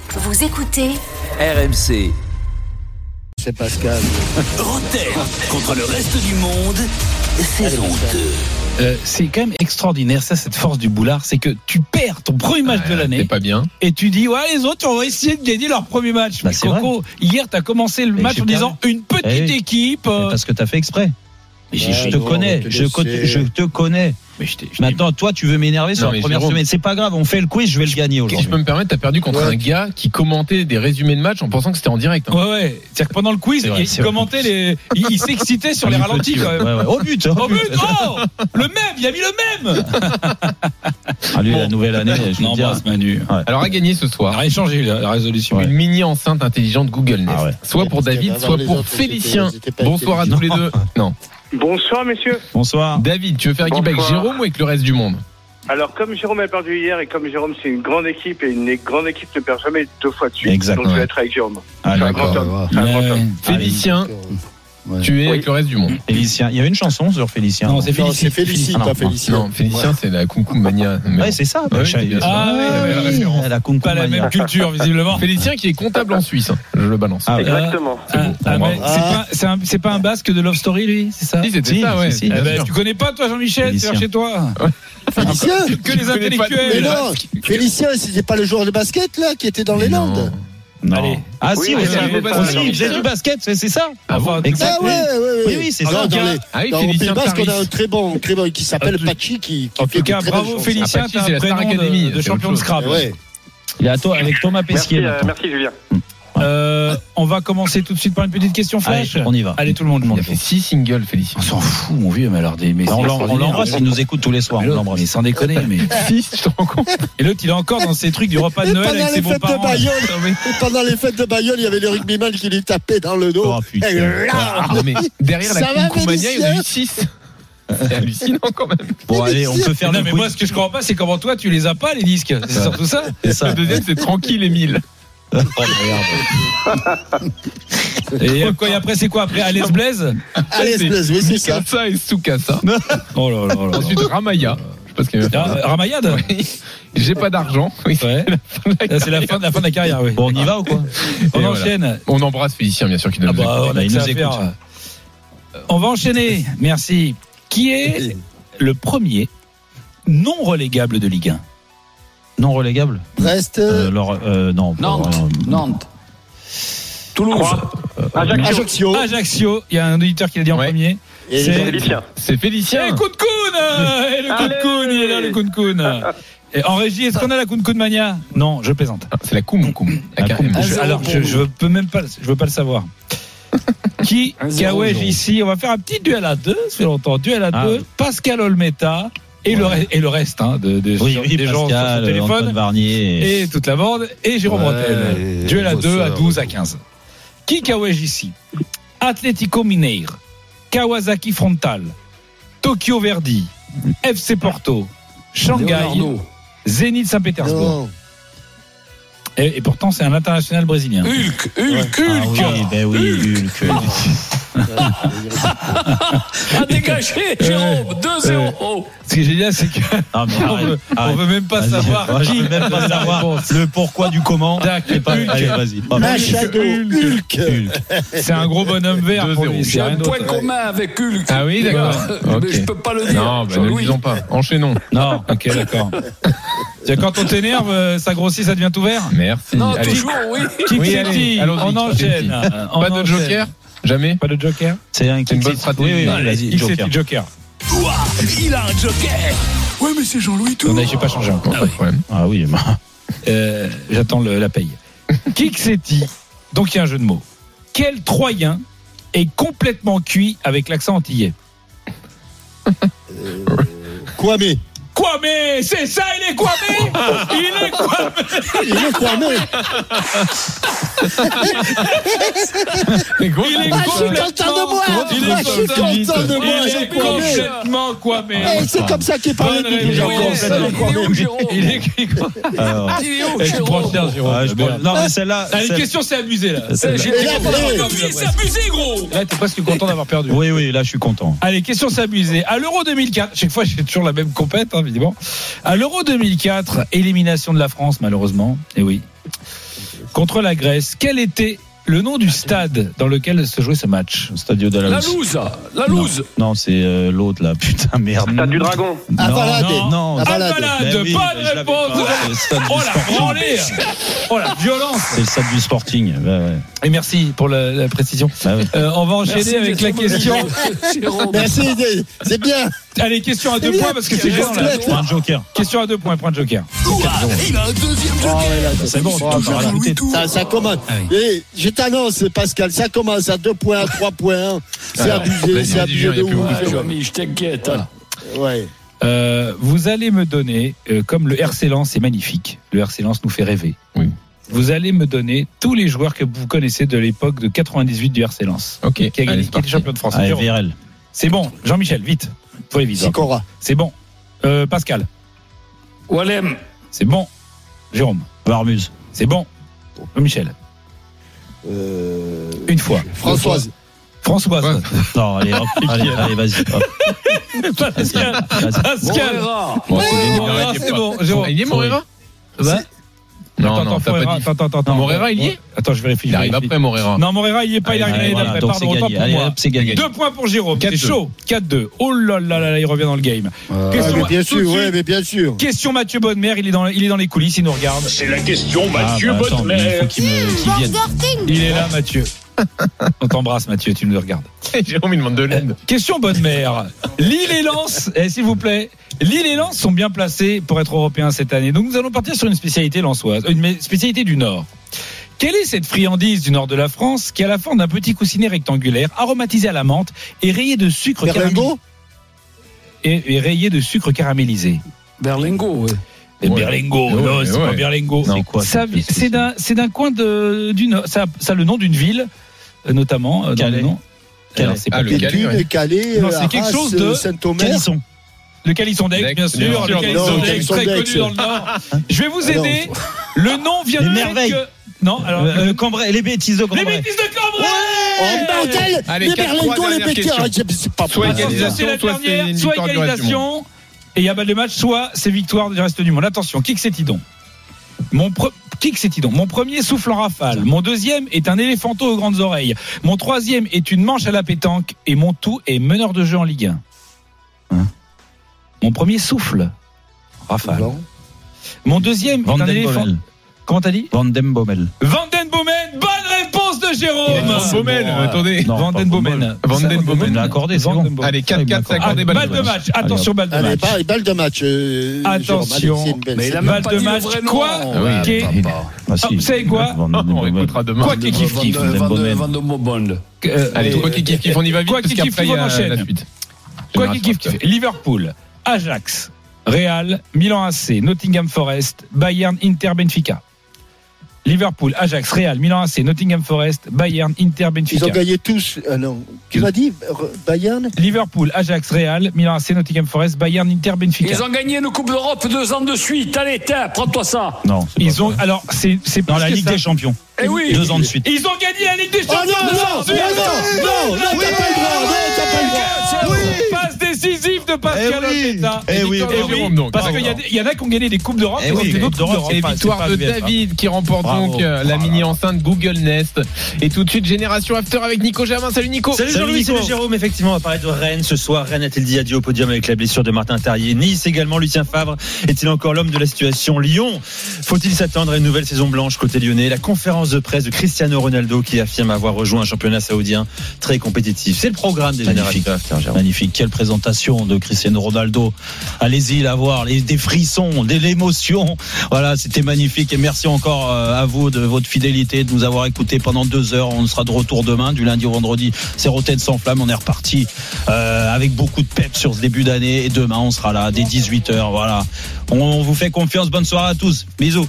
Vous écoutez RMC. C'est Pascal. Rotten contre le reste du monde, saison 2. C'est quand même extraordinaire, ça, cette force du boulard, c'est que tu perds ton premier match de l'année. C'est pas bien. Et tu dis, ouais, les autres, on va essayer de gagner leur premier match. Bah, mais Coco, hier, t'as commencé le match en disant une petite équipe. Parce que t'as fait exprès. Je te connais, je te connais. Mais Maintenant, toi, tu veux m'énerver sur la première semaine. C'est pas grave, on fait le quiz, je vais le gagner aujourd'hui. Si je peux me permettre, t'as perdu contre un gars qui commentait des résumés de match en pensant que c'était en direct. Ouais. C'est-à-dire que pendant le quiz, il commentait les. Il s'excitait sur les ralentis quand même. Ouais. Au but. Oh, le même, il a mis le même. Lui, la nouvelle année, je n'embrasse Manu. Ouais. Alors, à gagner ce soir. On a rien changé, la résolution. Une mini enceinte intelligente Google Nest. Soit pour David, soit pour Félicien. Bonsoir à tous les deux. Non. Bonsoir messieurs. Bonsoir. David, tu veux faire équipe avec Jérôme ou avec le reste du monde? Alors comme Jérôme a perdu hier et comme Jérôme c'est une grande équipe et une grande équipe ne perd jamais deux fois de suite. Exactement. Donc je vais être avec Jérôme. Ah, c'est un grand homme. Félicien, tu es avec le reste du monde. Félicien, il y avait une chanson sur Félicien. Non, c'est Félicien. C'est Félicien, pas Félicien. Non, Félicien c'est la Koum Mania. Ouais, c'est ça. La Koum Pas la même culture visiblement. Félicien qui est comptable en Suisse, je le balance. Exactement. C'est pas un basque de Love Story lui, c'est ça? Si, c'était ça, ouais. Tu connais pas toi Jean-Michel, tu es chez toi. Félicien. Que les intellectuels. Mais non, Félicien, c'était pas le joueur de basket là qui était dans les Landes. Non. Allez. Ah oui, si, oui, il faisait du basket, c'est ça. Enfin, exact. Oui, c'est ça. Dans le Pays Basque, on a un très bon qui s'appelle Pachi qui en tout cas, bravo Félicien, t'as un prénom de champion de Scrabble. Il est à toi avec Thomas Pesquier. Merci Julien. On va commencer tout de suite par une petite question flash. Allez, on y va. Allez, tout le monde. Il a fait 6 singles, Félicien. On s'en fout, mon vieux, mais alors on l'embrasse, il nous écoute tous les soirs. On l'embrasse. Mais sans déconner, mais 6, tu te rends compte? Et l'autre, il est encore dans ces trucs du repas de Noël avec ses beaux-parents. Pendant les fêtes de Bayonne, il y avait le rugbyman qui lui tapait dans le dos. Oh, putain. Mais derrière la Koum Mania, il y en a eu 6. C'est hallucinant quand même. Bon, allez, on peut faire non, le mais quiz. moi, ce que je comprends pas, c'est comment toi, tu les as pas, les disques. C'est surtout ça. Le deuxième, c'est Tranquille Émile. Et après, c'est quoi? Après, Alès Blaise? Alès Blaise, oui, c'est ça. Mikasa et Tsukasa. Oh là là là. Ensuite, Ramaya. Je sais pas ce qu'il y a. Ramayad? Oui. J'ai pas d'argent. Oui. Ouais. C'est la fin de la carrière, oui. Bon, on y va ou quoi? On enchaîne. Voilà. On embrasse Félicien, bien sûr, qui nous écoute. Il nous écoute. On va enchaîner. Merci. Qui est le premier non relégable de Ligue 1? Non relégable. Brest. Non. Nantes. Toulouse. Ajaccio. Il y a un auditeur qui l'a dit en premier. Et C'est Félicien. C'est Félicien. Et coup de coune. Et le coup de coune, il est là, le coup de coune. Et en régie, est-ce qu'on a la Koum Mania? Non, je plaisante. C'est la Koum. Alors, je peux même pas, je veux pas le savoir. Qui Gawège ici? On va faire un petit duel à deux. Ça fait longtemps. Duel à deux. Pascal Olmeta. Et le reste des gens sur son téléphone, Antoine Varnier et toute la bande, et Jérôme Bretel. Duel à 2, à 12, à 15. Qui Gawège ici? Atlético Mineiro, Kawasaki Frontale, Tokyo Verdy, FC Porto, Shanghai, Zénith Saint-Pétersbourg. Et pourtant, c'est un international brésilien. Hulk. Hulk. A dégagé, Jérôme, 2-0. Ce qui est génial, c'est que on veut même pas savoir qui. Même pas savoir le pourquoi du comment. Allez, vas-y. Machado, Hulk. C'est un gros bonhomme vert. J'ai un point commun avec Hulk. Ah oui, d'accord. Mais je peux pas le dire. Non, ne le disons pas. Enchaînons. Non, ok, d'accord. Quand on t'énerve, ça grossit, ça devient tout vert. Merci. Non, allez. toujours, oui. Qui on enchaîne. Pas de joker? Jamais? Pas de joker? C'est une bonne stratégie. Oui, vas-y, joker. Ouah, il a un joker. Ouais, mais c'est Jean-Louis tout. Non, j'ai pas changé encore. Pas de problème. Ah oui, j'attends la paye. Kixetti, donc il y a un jeu de mots. Quel Troyen est complètement cuit avec l'accent antillais? Kwame. Kwame, c'est ça, il est Kwame. Il est Kwame. Il est Kwame. Il est complètement Kwame. C'est comme ça qu'il parlait de Il est où, Jérôme? Non, mais celle-là. Les questions, c'est abusé, là. C'est abusé, gros. Là, t'es presque content d'avoir perdu. Oui, là, je suis content. Allez, question, c'est abusé. À l'Euro 2004, chaque fois, j'ai toujours la même compète, hein, évidemment. À l'Euro 2004, élimination de la France, malheureusement. Et oui. contre la Grèce. Quel était le nom du stade dans lequel se jouait ce match? Stadio de la Louse. Non, c'est l'autre là. Putain, merde. Stade du Dragon. Avalade. Bonne réponse. Oh la branlée. Oh la violence. C'est le stade du Sporting. Ouais. Et merci pour la précision. On va enchaîner avec la question. Merci, c'est bien. Allez, question à 2 points parce que c'est gênant là. Point de joker. Question à 2 points, point de joker. Il a un deuxième joker. C'est bon, ça commence. Et je t'annonce, Pascal, ça commence à 2 points, à 3 points. C'est abusé, c'est abusé de ouf. Je t'inquiète. Ouais. Vous allez me donner, comme le RC Lens est magnifique, le RC Lens nous fait rêver. Oui. Vous allez me donner tous les joueurs que vous connaissez de l'époque de 98 du RC Lens. Ok. Qui était champion de France. VRL. C'est bon, Jean-Michel, vite. Faut aller vite. Sicora. C'est bon. Pascal. Walem. C'est bon. Jérôme. Barmuse. C'est bon. Michel. Une fois. Françoise. Non, allez, hop, allez, vas-y. Pascal. Morera, c'est bon. Jérôme. Il est Morera? Non, t'as pas dit. Attends. Morera, il y est? Attends, je vérifie. Il arrive après Morera. Non, Morera, il y est pas, il arrive l'année d'après. Donc Pardon, c'est pas gagné. pour Allez, moi. hop, c'est gagné. 2 points pour Jérôme. C'est chaud. 4-2. Oh là là, il revient dans le game. Mais bien sûr. Question Mathieu Bonnemer, il est dans les coulisses, il nous regarde. C'est la question Mathieu Bonnemer. Il faut qu'il vienne. Il est là, Mathieu. On t'embrasse, Mathieu, tu nous regardes. Jérôme, il demande de l'aide. Question Bonnemer. Lille et Lens, s'il vous plaît. Lille et Lens sont bien placés pour être européens cette année. Donc nous allons partir sur une spécialité lensoise, une spécialité du Nord. Quelle est cette friandise du nord de la France qui a la forme d'un petit coussinet rectangulaire aromatisé à la menthe et rayé de sucre caramélisé et rayé de sucre caramélisé? Berlingot, oui. Berlingot, non, c'est pas Berlingot. C'est quoi? C'est d'un coin du Nord. Ça a le nom d'une ville, notamment. Calais. Alors, c'est pas le Calais. Non, c'est quelque chose de Saint-Omer. Calisson. Le Calisson d'Aix, bien sûr. Le Calisson d'Aix, très connu dans le Nord. Je vais vous aider. Le nom vient de merveilles. Non, alors Cambrai, les bêtises de Cambrai. les bêtises de Cambrai. bordel. Allez, Les Berlingot, les Pétiens. C'est pas Soit possible. égalisation, C'est la soit c'est dernière, une soit victoire du reste du monde. égalisation. Et il y a balle de match, soit c'est victoire du reste du monde. Attention, qui que c'est Tidon? Mon premier souffle en rafale. Mon deuxième est un éléphanto aux grandes oreilles. Mon troisième est une manche à la pétanque. Et mon tout est meneur de jeu en Ligue 1. Mon premier souffle. Rafale. Mon deuxième est un éléphant. Comment t'as dit? Van den Bommel. Van den Bomen. Bonne réponse de Jérôme. Van Bommel, attendez. Van den Bomen. Van den Bommel. Il a accordé, c'est bon. Allez, 4-4, c'est accordé. Balle de match. Attention, balle de Allez, match. balle de match. Attention. Mais il a Balle même pas de dit match. le vrai nom. Quoi? Vous savez quoi? On écoutera demain. Quoi qui kiffe kiff. Van de Mobond. Allez, quoi qui kiffe, on y va vite Quoi parce qui kiffe, qu'après il y on a enchaîne. la suite. Quoi qui kiffe. Liverpool, Ajax, Real, Milan AC, Nottingham Forest, Bayern, Inter, Benfica. Liverpool, Ajax, Real, Milan AC, Nottingham Forest, Bayern, Inter, Benfica. Ils ont gagné tous. Non. Tu m'as dit Bayern? Liverpool, Ajax, Real, Milan AC, Nottingham Forest, Bayern, Inter, Benfica. Ils ont gagné une Coupe d'Europe 2 ans de suite. Allez, tiens, prends-toi ça. Non. Ils ont. Alors, c'est dans la Ligue des Champions. Eh oui. 2 ans de suite. Ils ont gagné la Ligue des Champions. Non, t'as pas le droit. Passe décisive de Pascal Olmeta. Parce qu'il y en a qui ont gagné des Coupes d'Europe. Et oui, d'autres Coupes d'Europe. Et victoire de David qui remporte donc la mini enceinte Google Nest. Et tout de suite, Génération After avec Nico Jamin. Salut Nico. Salut Jean-Louis, salut Jérôme. Effectivement, on va parler de Rennes ce soir. Rennes a-t-il dit adieu au podium avec la blessure de Martin Terrier? Nice également, Lucien Favre est-il encore l'homme de la situation? Lyon, faut-il s'attendre à une nouvelle saison blanche côté lyonnais? La conférence de presse de Cristiano Ronaldo qui affirme avoir rejoint un championnat saoudien très compétitif. C'est le programme des Génération After. Magnifique. Quelle présentation de Cristiano Ronaldo. Allez-y la voir, des frissons, de l'émotion. Voilà, c'était magnifique et merci encore à vous de votre fidélité, de nous avoir écoutés pendant 2 heures. On sera de retour demain, du lundi au vendredi. C'est Rotten sans flamme. On est reparti avec beaucoup de pep sur ce début d'année et demain on sera là dès 18h. Voilà. On vous fait confiance. Bonne soirée à tous. Bisous.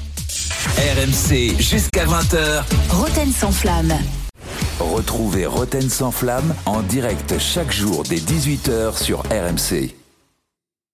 RMC jusqu'à 20h. Rotten sans flamme. Retrouvez Rotten sans flamme en direct chaque jour dès 18h sur RMC.